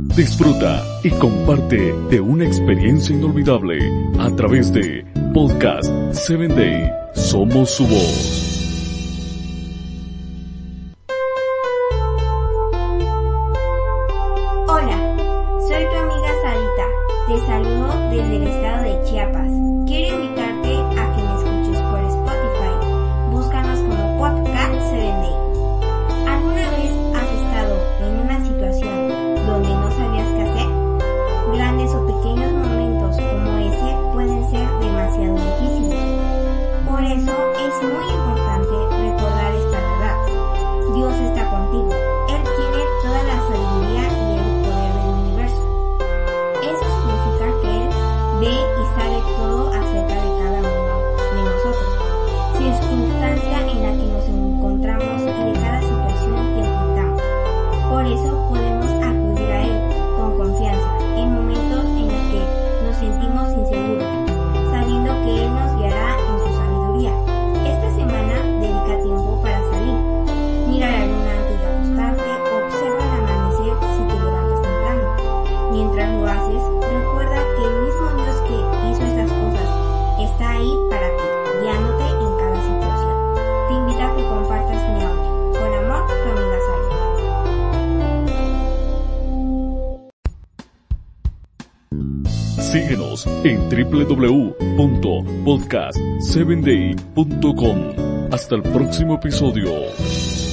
disfruta y comparte de una experiencia inolvidable a través de Podcast 7 Day. Somos su voz. Hola, soy tu amiga Sarita. Te saludo desde el estado de Chiapas. Quiero invitarte a que me escuches por Spotify. Búscanos como Podcast 7 Day. ¿Alguna vez has estado en una situación donde no sabías qué hacer? Grandes o pequeños momentos como ese pueden ser demasiado difíciles. Por eso es muy importante recordar esta verdad. Dios está contigo. Él tiene toda la sabiduría y el poder del universo. Eso significa que Él ve y sabe todo acerca de cada uno de nosotros, circunstancia en la que nos encontramos y de cada situación que enfrentamos. Por eso podemos acudir a Él con confianza en momentos en los que nos sentimos inseguros, sabiendo que Él nos guiará en su sabiduría. Esta semana dedica tiempo para salir. Mira la luna antes de acostarte, observa el amanecer si te levantas temprano. Mientras lo haces, recuerda que el mismo Dios que hizo estas cosas está ahí para ti, guiándote en cada situación. Te invito a que compartas mi audio. Con amor, tu amiga Sarita. Síguenos en www.podcast7day.com. Hasta el próximo episodio.